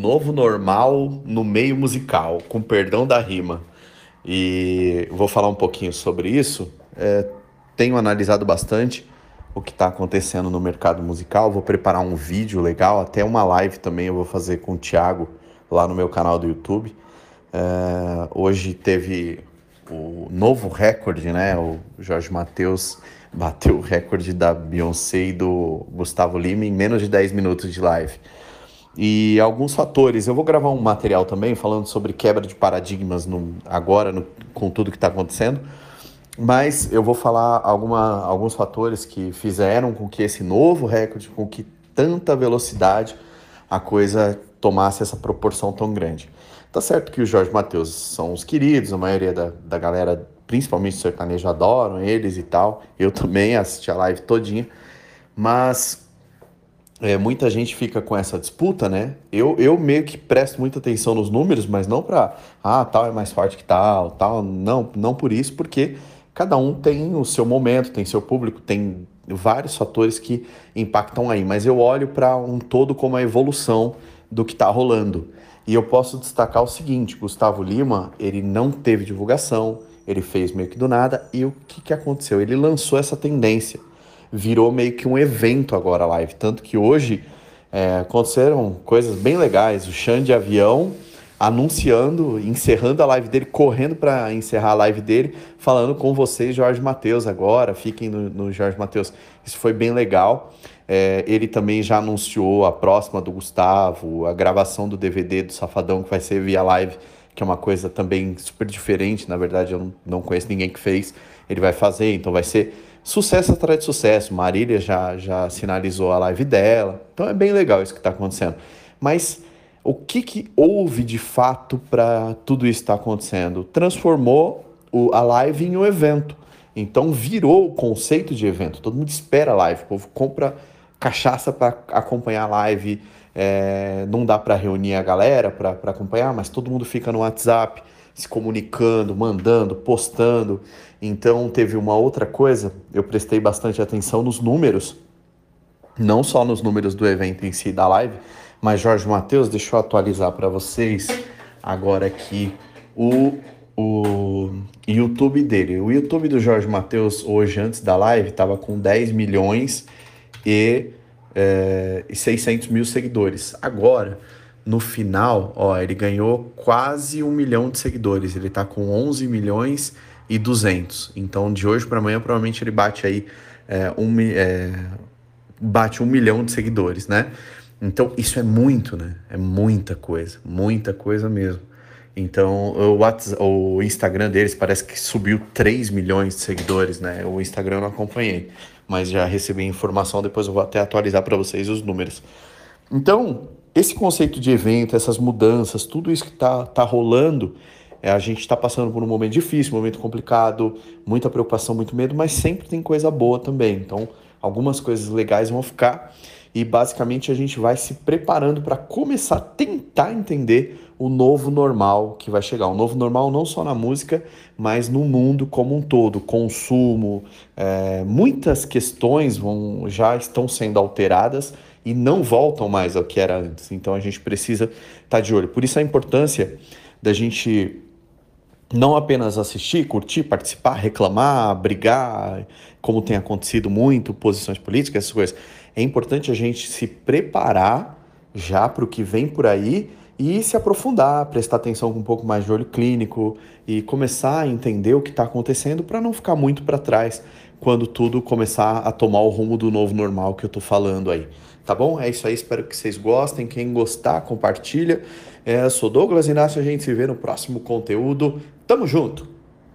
novo normal no meio musical, com perdão da rima. E vou falar um pouquinho sobre isso. Tenho analisado bastante o que está acontecendo no mercado musical. Vou preparar um vídeo legal, até uma live também eu vou fazer com o Thiago lá no meu canal do YouTube. Hoje teve o novo recorde, né? O Jorge Mateus bateu o recorde da Beyoncé e do Gustavo Lima em menos de 10 minutos de live. E alguns fatores. Eu vou gravar um material também falando sobre quebra de paradigmas com tudo que está acontecendo. Mas eu vou falar alguns fatores que fizeram com que esse novo recorde, com que tanta velocidade a coisa tomasse essa proporção tão grande. Tá certo que o Jorge Mateus são os queridos, a maioria da galera, principalmente do sertanejo, adoram eles e tal. Eu também assisti a live todinha, mas muita gente fica com essa disputa, né? Eu meio que presto muita atenção nos números, mas não para, tal é mais forte que tal, não por isso, porque cada um tem o seu momento, tem seu público, tem vários fatores que impactam aí, mas eu olho para um todo como a evolução do que está rolando. E eu posso destacar o seguinte: Gustavo Lima, ele não teve divulgação, ele fez meio que do nada, e o que aconteceu? Ele lançou essa tendência, virou meio que um evento agora a live, tanto que hoje aconteceram coisas bem legais. O Xande de avião anunciando, encerrando a live dele, correndo para encerrar a live dele, falando com vocês, Jorge Mateus, agora, fiquem no Jorge Mateus. Isso foi bem legal. Ele também já anunciou a próxima do Gustavo, a gravação do DVD do Safadão, que vai ser via live, que é uma coisa também super diferente. Na verdade, eu não conheço ninguém que fez. Ele vai fazer, então vai ser sucesso atrás de sucesso. Marília já sinalizou a live dela. Então é bem legal isso que está acontecendo. Mas o que houve de fato para tudo isso estar acontecendo? Transformou a live em um evento. Então virou o conceito de evento. Todo mundo espera a live. O povo compra cachaça para acompanhar a live. Não dá para reunir a galera para acompanhar, mas todo mundo fica no WhatsApp se comunicando, mandando, postando. Então teve uma outra coisa, eu prestei bastante atenção nos números, não só nos números do evento em si, da live, mas Jorge Mateus, deixa eu atualizar para vocês agora aqui o YouTube dele. O YouTube do Jorge Mateus hoje, antes da live, estava com 10 milhões e 600 mil seguidores. Agora, no final, ele ganhou quase 1 milhão de seguidores. Ele tá com 11 milhões e 200. Então, de hoje para amanhã, provavelmente ele bate aí bate 1 milhão de seguidores, né? Então, isso é muito, né? É muita coisa mesmo. Então, o Instagram deles parece que subiu 3 milhões de seguidores, né? O Instagram eu não acompanhei, mas já recebi informação, depois eu vou até atualizar para vocês os números. Então, esse conceito de evento, essas mudanças, tudo isso que tá rolando, a gente está passando por um momento difícil, um momento complicado, muita preocupação, muito medo, mas sempre tem coisa boa também. Então, algumas coisas legais vão ficar e basicamente a gente vai se preparando para começar a tentar entender o novo normal que vai chegar. O novo normal não só na música, mas no mundo como um todo, consumo, muitas questões já estão sendo alteradas e não voltam mais ao que era antes. Então a gente precisa estar de olho. Por isso a importância da gente não apenas assistir, curtir, participar, reclamar, brigar, como tem acontecido muito, posições políticas, essas coisas. É importante a gente se preparar já para o que vem por aí e se aprofundar, prestar atenção com um pouco mais de olho clínico e começar a entender o que está acontecendo para não ficar muito para trás quando tudo começar a tomar o rumo do novo normal que eu estou falando aí. Tá bom? É isso aí, espero que vocês gostem. Quem gostar, compartilha. Eu sou Douglas Inácio, a gente se vê no próximo conteúdo. Tamo junto!